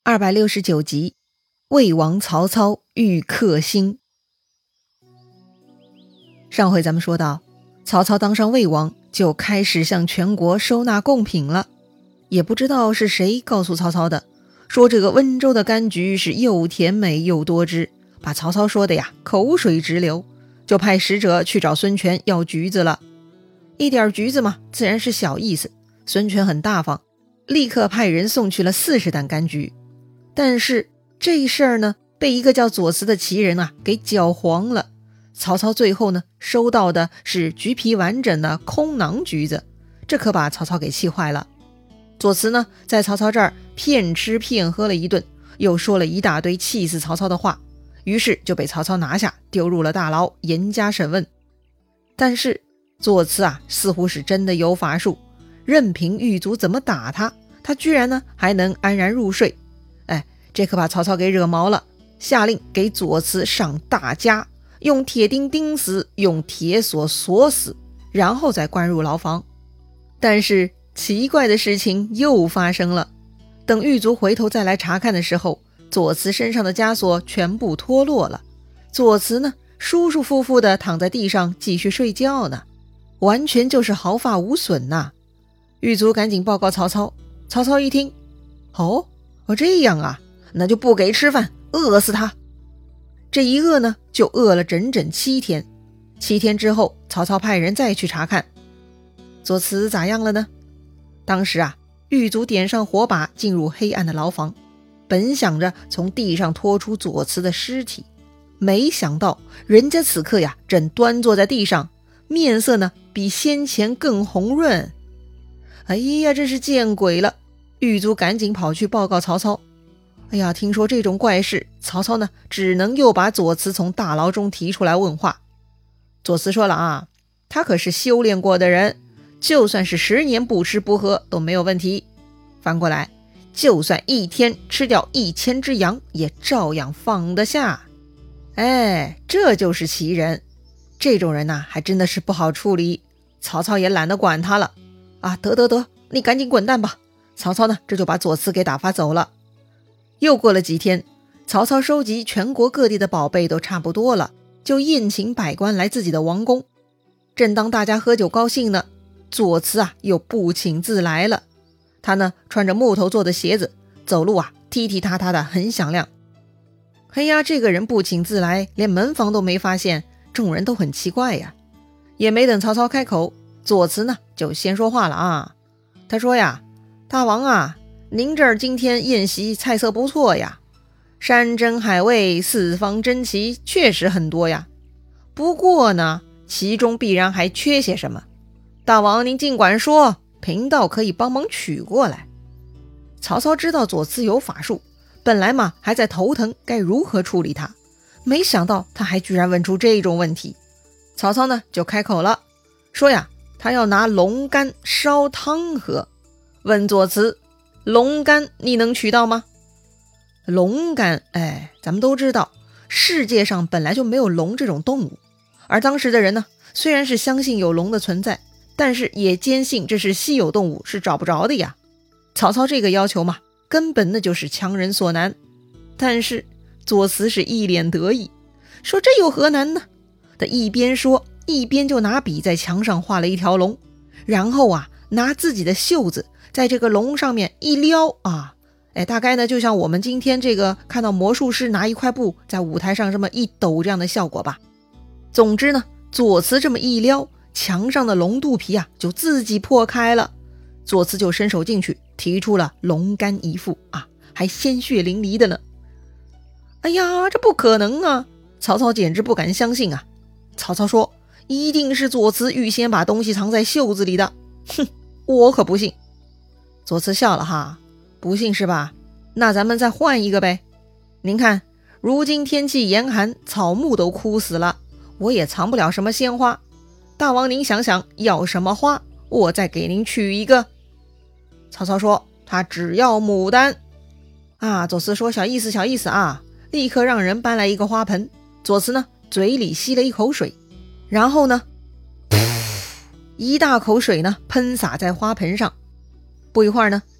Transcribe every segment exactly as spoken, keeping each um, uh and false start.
二百六十九集，魏王曹操遇克星。上回咱们说到，曹操当上魏王，就开始向全国收纳贡品了。也不知道是谁告诉曹操的，说这个温州的柑橘是又甜美又多汁，把曹操说的呀口水直流，就派使者去找孙权要橘子了。一点橘子嘛，自然是小意思，孙权很大方，立刻派人送去了四十担柑橘。但是这事儿呢，被一个叫左慈的奇人啊给搅黄了。曹操最后呢，收到的是橘皮完整的空囊橘子，这可把曹操给气坏了。左慈呢，在曹操这儿骗吃骗喝了一顿，又说了一大堆气死曹操的话，于是就被曹操拿下，丢入了大牢，严加审问。但是左慈啊，似乎是真的有法术，任凭狱卒怎么打他，他居然呢还能安然入睡。哎，这可把曹操给惹毛了，下令给左慈上大枷，用铁钉钉死，用铁锁锁死，然后再关入牢房。但是奇怪的事情又发生了，等狱卒回头再来查看的时候，左慈身上的枷锁全部脱落了，左慈呢舒舒服服地躺在地上继续睡觉呢，完全就是毫发无损呐、啊。狱卒赶紧报告曹操，曹操一听，哦哦这样啊，那就不给吃饭，饿死他。这一饿呢，就饿了整整七天。七天之后，曹操派人再去查看，左慈咋样了呢？当时啊，狱卒点上火把，进入黑暗的牢房，本想着从地上拖出左慈的尸体，没想到人家此刻呀，正端坐在地上，面色呢比先前更红润。哎呀，这是见鬼了！狱卒赶紧跑去报告曹操。哎呀，听说这种怪事，曹操呢只能又把左慈从大牢中提出来问话。左慈说了啊，他可是修炼过的人，就算是十年不吃不喝都没有问题。反过来，就算一天吃掉一千只羊，也照样放得下。哎，这就是奇人。这种人呐、啊，还真的是不好处理。曹操也懒得管他了啊，得得得，你赶紧滚蛋吧。曹操呢，这就把左慈给打发走了。又过了几天，曹操收集全国各地的宝贝都差不多了，就宴请百官来自己的王宫。正当大家喝酒高兴呢，左慈啊又不请自来了。他呢穿着木头做的鞋子，走路啊踢踢踏踏的，很响亮。哎呀，这个人不请自来，连门房都没发现，众人都很奇怪呀。也没等曹操开口，左慈呢就先说话了啊。他说呀，大王啊，您这儿今天宴席菜色不错呀，山珍海味，四方珍奇，确实很多呀。不过呢，其中必然还缺些什么，大王您尽管说，贫道可以帮忙取过来。曹操知道左慈有法术，本来嘛还在头疼该如何处理他，没想到他还居然问出这种问题。曹操呢就开口了，说呀，他要拿龙肝烧汤喝，问左慈，龙肝你能取到吗？龙肝，哎，咱们都知道，世界上本来就没有龙这种动物，而当时的人呢，虽然是相信有龙的存在，但是也坚信这是稀有动物，是找不着的呀。曹操这个要求嘛，根本那就是强人所难。但是左慈是一脸得意，说这有何难呢？他一边说，一边就拿笔在墙上画了一条龙，然后啊，拿自己的袖子在这个龙上面一撩啊，哎，大概呢就像我们今天这个看到魔术师拿一块布在舞台上这么一抖这样的效果吧。总之呢，左慈这么一撩，墙上的龙肚皮啊就自己破开了。左慈就伸手进去，提出了龙肝一副啊，还鲜血淋漓的呢。哎呀，这不可能啊！曹操简直不敢相信啊！曹操说，一定是左慈预先把东西藏在袖子里的。哼，我可不信。左慈笑了哈，不信是吧？那咱们再换一个呗。您看，如今天气严寒，草木都枯死了，我也藏不了什么鲜花。大王您想想要什么花，我再给您取一个。曹操说，他只要牡丹。啊，左慈说，小意思小意思啊，立刻让人搬来一个花盆。左慈呢嘴里吸了一口水，然后呢一大口水呢喷洒在花盆上。不一会儿呢，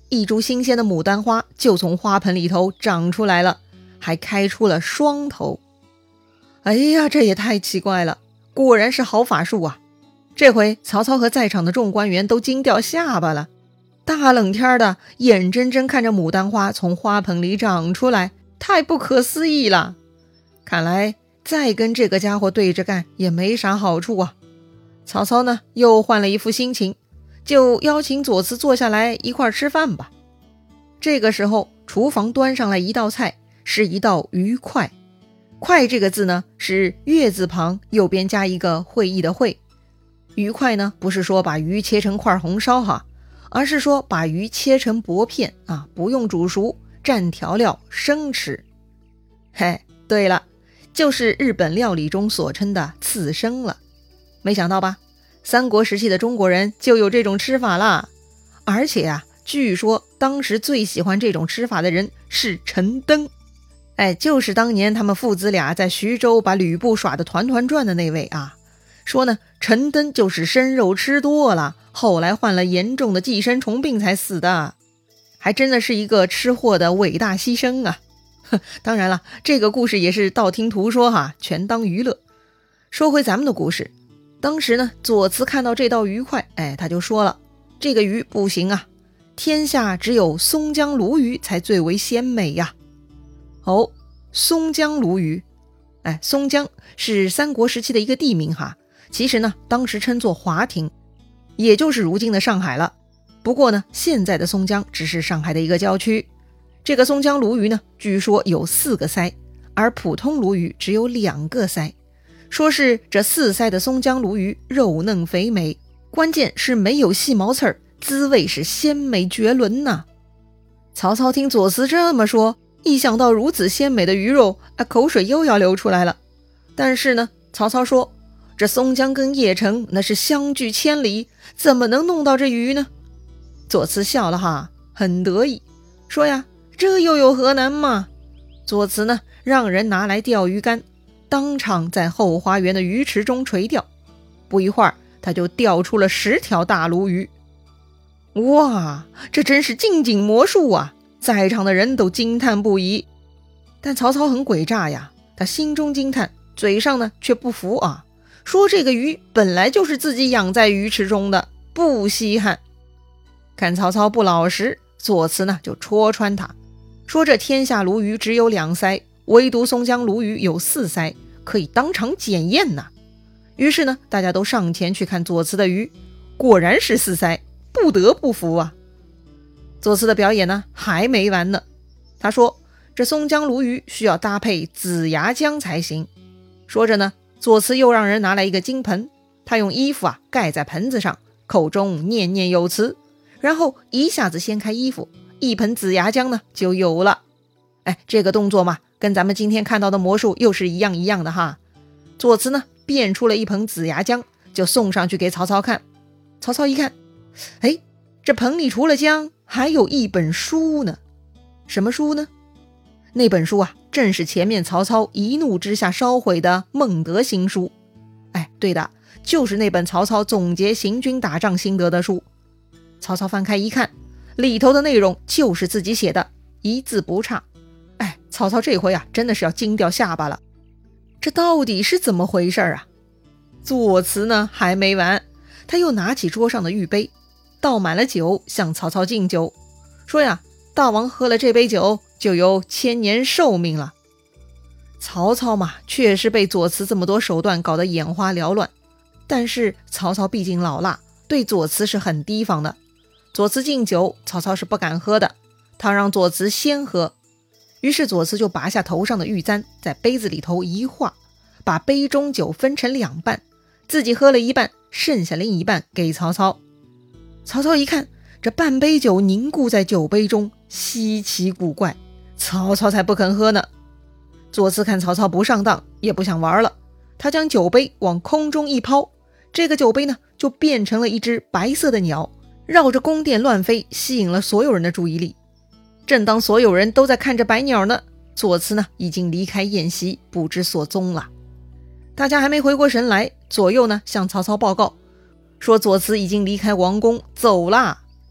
一株新鲜的牡丹花就从花盆里头长出来了，还开出了双头。哎呀，这也太奇怪了，果然是好法术啊！这回曹操和在场的众官员都惊掉下巴了，大冷天的，眼睁睁看着牡丹花从花盆里长出来，太不可思议了。看来再跟这个家伙对着干也没啥好处啊。曹操呢，又换了一副心情，就邀请左慈坐下来一块吃饭吧。这个时候，厨房端上来一道菜，是一道鱼块。块这个字呢，是月字旁，右边加一个会意的会。鱼块呢，不是说把鱼切成块红烧哈，而是说把鱼切成薄片啊，不用煮熟，蘸调料生吃。嘿，对了，就是日本料理中所称的刺身了。没想到吧？三国时期的中国人就有这种吃法啦。而且啊，据说当时最喜欢这种吃法的人是陈登。哎，就是当年他们父子俩在徐州把吕布耍得团团转的那位啊。说呢，陈登就是生肉吃多了，后来患了严重的寄生虫病才死的，还真的是一个吃货的伟大牺牲啊！当然了，这个故事也是道听途说哈，全当娱乐。说回咱们的故事，当时呢，左慈看到这道鱼块，哎，他就说了，这个鱼不行啊，天下只有松江鲈鱼才最为鲜美呀。哦，松江鲈鱼，哎，松江是三国时期的一个地名哈。其实呢，当时称作华亭，也就是如今的上海了。不过呢，现在的松江只是上海的一个郊区。这个松江鲈鱼呢，据说有四个鳃，而普通鲈鱼只有两个鳃。说是这四鳃的松江鲈鱼肉嫩肥美，关键是没有细毛刺儿，滋味是鲜美绝伦呐。曹操听左慈这么说，一想到如此鲜美的鱼肉，啊，口水又要流出来了。但是呢，曹操说，这松江跟邺城那是相距千里，怎么能弄到这鱼呢？左慈笑了哈，很得意，说呀，这又有何难嘛？左慈呢，让人拿来钓鱼竿，当场在后花园的鱼池中垂钓。不一会儿，他就钓出了十条大鲈鱼。哇，这真是近景魔术啊！在场的人都惊叹不已。但曹操很诡诈呀，他心中惊叹，嘴上呢却不服啊。说这个鱼本来就是自己养在鱼池中的，不稀罕。看曹操不老实，左慈呢就戳穿他，说这天下鲈鱼只有两鳃，唯独松江鲈鱼有四鳃，可以当场检验呐。于是呢，大家都上前去看左慈的鱼，果然是四鳃，不得不服啊。左慈的表演呢还没完呢，他说这松江鲈鱼需要搭配紫牙浆才行。说着呢，左慈又让人拿来一个金盆，他用衣服啊盖在盆子上，口中念念有词，然后一下子掀开衣服，一盆紫牙浆呢就有了。哎，这个动作嘛，跟咱们今天看到的魔术又是一样一样的哈。左慈呢变出了一盆紫牙浆，就送上去给曹操看。曹操一看，哎，这盆里除了浆，还有一本书呢。什么书呢？那本书啊，正是前面曹操一怒之下烧毁的孟德新书。哎，对的，就是那本曹操总结行军打仗心得的书。曹操翻开一看，里头的内容就是自己写的，一字不差。哎，曹操这回啊，真的是要惊掉下巴了。这到底是怎么回事啊？左慈呢还没完，他又拿起桌上的玉杯，倒满了酒，向曹操敬酒，说呀，大王喝了这杯酒，就有千年寿命了。曹操嘛，确实被左慈这么多手段搞得眼花缭乱，但是曹操毕竟老辣，对左慈是很提防的。左慈敬酒，曹操是不敢喝的，他让左慈先喝。于是左慈就拔下头上的玉簪，在杯子里头一画，把杯中酒分成两半，自己喝了一半，剩下另一半给曹操。曹操一看，这半杯酒凝固在酒杯中，稀奇古怪，曹操才不肯喝呢。左慈看曹操不上当，也不想玩了，他将酒杯往空中一抛，这个酒杯呢就变成了一只白色的鸟，绕着宫殿乱飞，吸引了所有人的注意力。正当所有人都在看着白鸟呢，左慈呢已经离开宴席，不知所踪了。大家还没回过神来，左右呢向曹操报告，说左慈已经离开王宫走啦。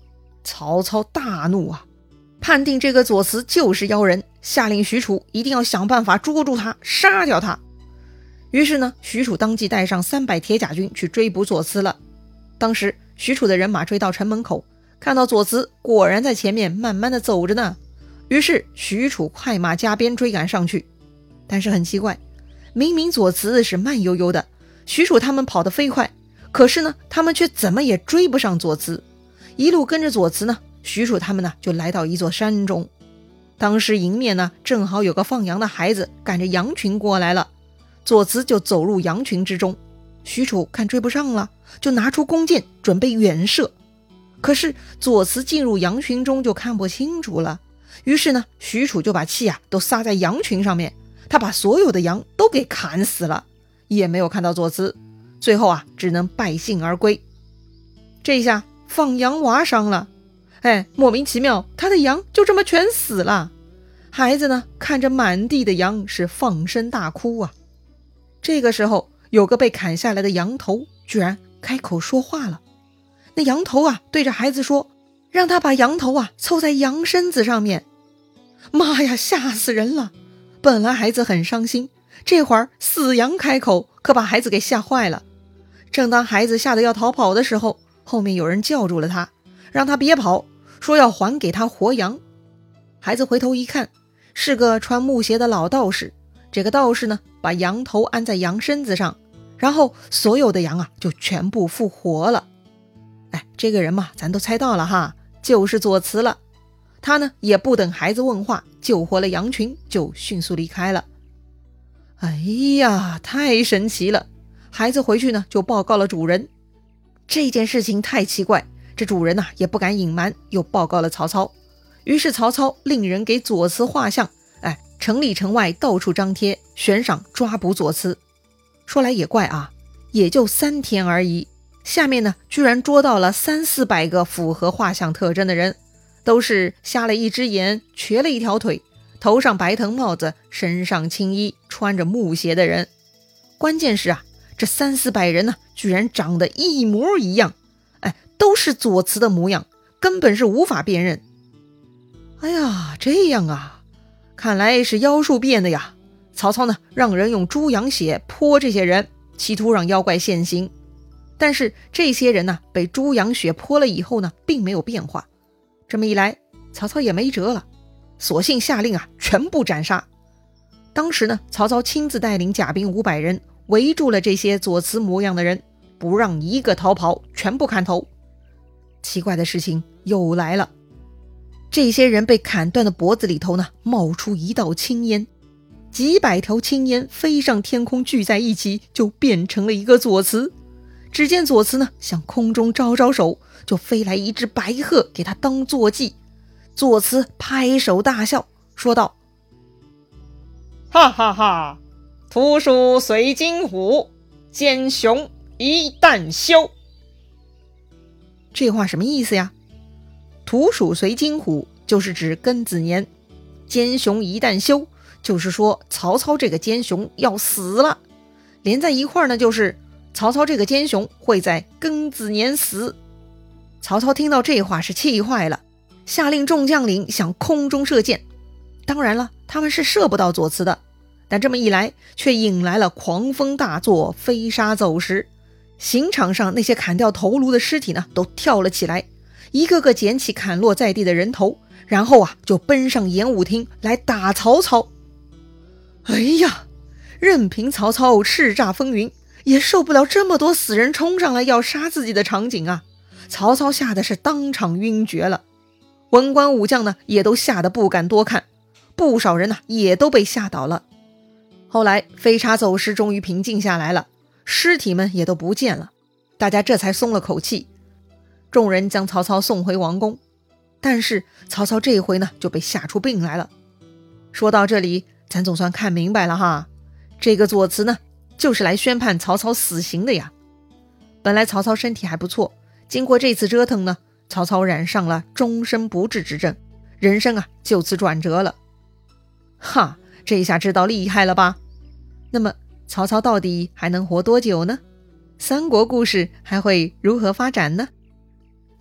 曹操大怒啊，判定这个左慈就是妖人，下令许褚一定要想办法捉住他，杀掉他。于是呢，许褚当即带上三百铁甲军去追捕左慈了。当时许褚的人马追到城门口，看到左慈果然在前面慢慢的走着呢，于是许褚快马加鞭追赶上去。但是很奇怪，明明左慈是慢悠悠的，许褚他们跑得飞快，可是呢，他们却怎么也追不上左慈。一路跟着左慈呢，许褚他们呢就来到一座山中。当时迎面呢正好有个放羊的孩子赶着羊群过来了，左慈就走入羊群之中。许褚看追不上了，就拿出弓箭准备远射。可是左慈进入羊群中就看不清楚了，于是呢，许褚就把气啊都撒在羊群上面，他把所有的羊都给砍死了，也没有看到左慈，最后啊只能败兴而归。这下放羊娃伤了，哎，莫名其妙，他的羊就这么全死了。孩子呢看着满地的羊是放声大哭啊。这个时候有个被砍下来的羊头居然开口说话了。那羊头啊对着孩子说，让他把羊头啊凑在羊身子上面。妈呀，吓死人了！本来孩子很伤心，这会儿死羊开口，可把孩子给吓坏了。正当孩子吓得要逃跑的时候，后面有人叫住了他，让他别跑，说要还给他活羊。孩子回头一看，是个穿木鞋的老道士。这个道士呢，把羊头安在羊身子上，然后所有的羊啊就全部复活了。哎，这个人嘛，咱都猜到了哈，就是左慈了。他呢也不等孩子问话，救活了羊群，就迅速离开了。哎呀，太神奇了！孩子回去呢就报告了主人。这件事情太奇怪，这主人呐、啊、也不敢隐瞒，又报告了曹操。于是曹操令人给左慈画像，哎，城里城外到处张贴悬赏抓捕左慈。说来也怪啊，也就三天而已，下面呢居然捉到了三四百个符合画像特征的人，都是瞎了一只眼，瘸了一条腿，头上白藤帽子，身上青衣，穿着木鞋的人。关键是啊，这三四百人呢，居然长得一模一样，哎，都是左慈的模样，根本是无法辨认。哎呀，这样啊，看来是妖术变的呀。曹操呢，让人用猪羊血泼这些人，企图让妖怪现形。但是这些人呢，被猪羊血泼了以后呢，并没有变化。这么一来，曹操也没辙了，索性下令啊，全部斩杀。当时呢，曹操亲自带领甲兵五百人，围住了这些左慈模样的人，不让一个逃跑，全部砍头。奇怪的事情又来了，这些人被砍断的脖子里头呢，冒出一道青烟，几百条青烟飞上天空，聚在一起，就变成了一个左慈。只见左慈呢，向空中招招手，就飞来一只白鹤给他当坐骑。左慈拍手大笑，说道：哈哈哈，土鼠随金虎，奸雄一旦休。这话什么意思呀？土鼠随金虎就是指庚子年，奸雄一旦休就是说曹操这个奸雄要死了，连在一块儿呢，就是曹操这个奸雄会在庚子年死。曹操听到这话是气坏了，下令众将领向空中射箭。当然了，他们是射不到左慈的，但这么一来却引来了狂风大作，飞沙走石。刑场上那些砍掉头颅的尸体呢，都跳了起来，一个个捡起砍落在地的人头，然后啊就奔上演武厅来打曹操。哎呀，任凭曹操叱咤风云，也受不了这么多死人冲上来要杀自己的场景啊！曹操吓得是当场晕厥了，文官武将呢也都吓得不敢多看，不少人呢也都被吓倒了。后来飞沙走石终于平静下来了，尸体们也都不见了，大家这才松了口气。众人将曹操送回王宫，但是曹操这回呢就被吓出病来了。说到这里，咱总算看明白了哈，这个左慈呢就是来宣判曹操死刑的呀。本来曹操身体还不错，经过这次折腾呢，曹操染上了终身不治之症，人生啊就此转折了。哈，这下知道厉害了吧？那么曹操到底还能活多久呢？三国故事还会如何发展呢？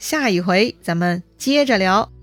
下一回咱们接着聊。